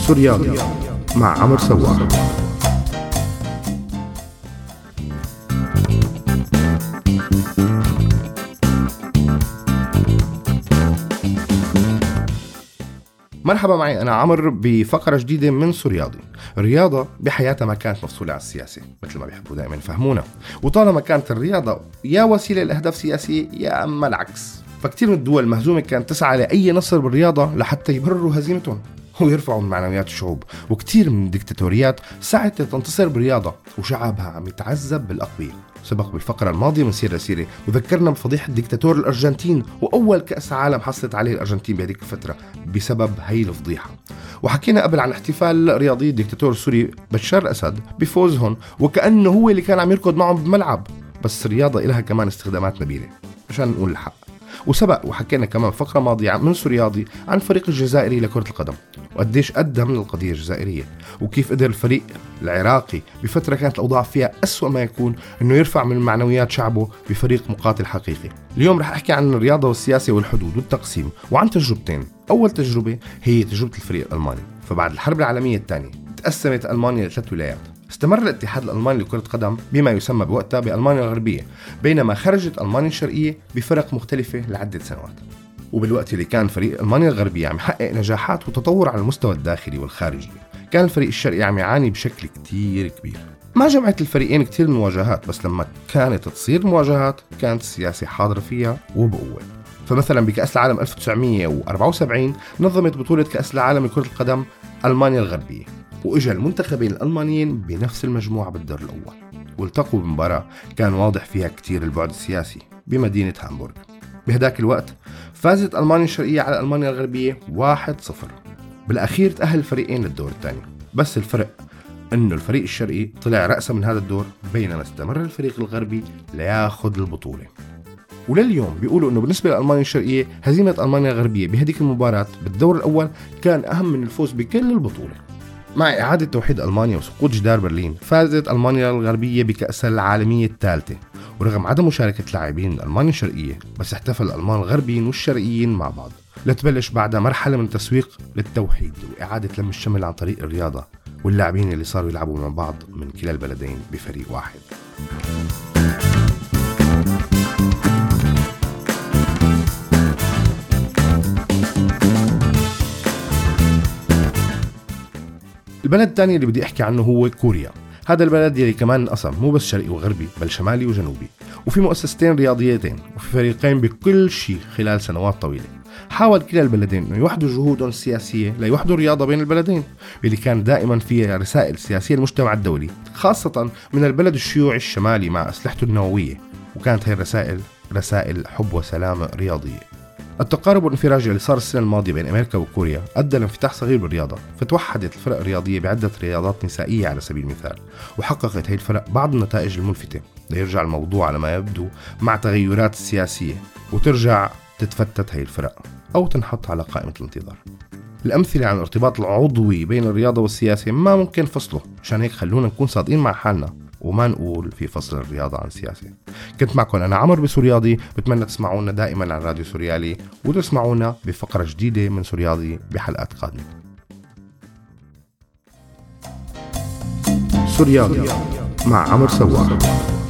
سوريالي مع عمر سوار. مرحبا، معي أنا عمر بفقرة جديدة من سوريالي. الرياضة بحياتها ما كانت مفصولة عن السياسة مثل ما بيحبوا دائما يفهمونا، وطالما كانت الرياضة يا وسيلة لأهداف سياسية يا أما العكس، فكتير من الدول المهزومة كانت تسعى لأي نصر بالرياضة لحتى يبرروا هزيمتهم ويرفعوا من معنويات الشعوب. وكتير من الدكتاتوريات سعت تنتصر بالرياضة وشعبها عم يتعذب بالأقوياء. سبق بالفقرة الماضية من سيرة سيرة وذكرنا بفضيحة الدكتاتور الأرجنتين، وأول كأس عالم حصلت عليه الأرجنتين بهذيك الفترة بسبب هاي الفضيحة. وحكينا قبل عن احتفال رياضي الدكتاتور السوري بشار الأسد بفوزهم، وكأنه هو اللي كان عم يركض معهم بالملعب. بس الرياضة إلها كمان استخدامات نبيلة عشان نقول الحق. وسبق وحكينا كمان فقرة ماضية من سورياضي عن فريق الجزائري لكرة القدم وقديش قدم للقضية الجزائرية، وكيف قدر الفريق العراقي بفترة كانت الأوضاع فيها أسوأ ما يكون إنه يرفع من معنويات شعبه بفريق مقاتل حقيقي. اليوم رح أحكي عن الرياضة والسياسة والحدود والتقسيم، وعن تجربتين. أول تجربة هي تجربة الفريق الألماني. فبعد الحرب العالمية الثانية تقسمت ألمانيا لثلاث ولايات. استمر الاتحاد الألماني لكرة القدم بما يسمى بوقتها بألمانيا الغربية، بينما خرجت ألمانيا الشرقية بفرق مختلفة لعدة سنوات. وبالوقت اللي كان فريق ألمانيا الغربية عم يحقق نجاحات وتطور على المستوى الداخلي والخارجي، كان الفريق الشرقي عم يعاني بشكل كتير كبير. ما جمعت الفريقين كتير من المواجهات، بس لما كانت تصير مواجهات كانت السياسة حاضرة فيها وبقوة. فمثلا بكأس العالم 1974 نظمت بطولة كأس العالم لكرة القدم ألمانيا الغربية، وإجا المنتخبين الألمانيين بنفس المجموعة بالدور الأول، والتقوا بمباراة كان واضح فيها كتير البعد السياسي بمدينة هامبورغ. بهداك الوقت فازت ألمانيا الشرقية على ألمانيا الغربية 1-0. بالأخير تأهل الفريقين للدور الثاني، بس الفرق إنه الفريق الشرقي طلع رأسا من هذا الدور، بينما استمر الفريق الغربي لياخذ البطولة. ولليوم بيقولوا إنه بالنسبة لألمانيا الشرقية هزيمة ألمانيا الغربية بهديك المباراة بالدور الأول كان أهم من الفوز بكل البطولة. مع إعادة توحيد ألمانيا وسقوط جدار برلين، فازت ألمانيا الغربية بكأس العالمية الثالثة. ورغم عدم مشاركة لاعبين من ألمانيا الشرقية، بس احتفل الألمان الغربيين والشرقيين مع بعض لتبلش بعدها مرحلة من التسويق للتوحيد وإعادة لم الشمل عن طريق الرياضة، واللاعبين اللي صاروا يلعبوا مع بعض من كلا البلدين بفريق واحد. البلد الثاني اللي بدي أحكي عنه هو كوريا. هذا البلد يلي كمان انقسم مو بس شرقي وغربي بل شمالي وجنوبي، وفي مؤسستين رياضيتين وفي فريقين بكل شيء خلال سنوات طويلة. حاول كلا البلدين انه يوحدوا جهودهم السياسية ليوحدوا الرياضة بين البلدين، اللي كان دائما فيها رسائل سياسية للمجتمع الدولي، خاصة من البلد الشيوعي الشمالي مع أسلحته النووية، وكانت هي الرسائل رسائل حب وسلام رياضية. التقارب والانفراج اللي صار السنة الماضية بين أمريكا وكوريا أدى لانفتاح صغير بالرياضة، فتوحدت الفرق الرياضية بعدة رياضات نسائية على سبيل المثال، وحققت هي الفرق بعض النتائج الملفتة. ليرجع الموضوع على ما يبدو مع تغيرات السياسية وترجع تتفتت هي الفرق أو تنحط على قائمة الانتظار. الأمثلة عن الارتباط العضوي بين الرياضة والسياسة ما ممكن فصله، عشان هيك خلونا نكون صادقين مع حالنا وما نقول في فصل الرياضة عن السياسة. كنت معكم أنا عمر بسورياضي، بتمنى تسمعونا دائما عن راديو سوريالي، وتسمعونا بفقرة جديدة من سورياضي بحلقات قادمة. سوريالي مع عمر سوار.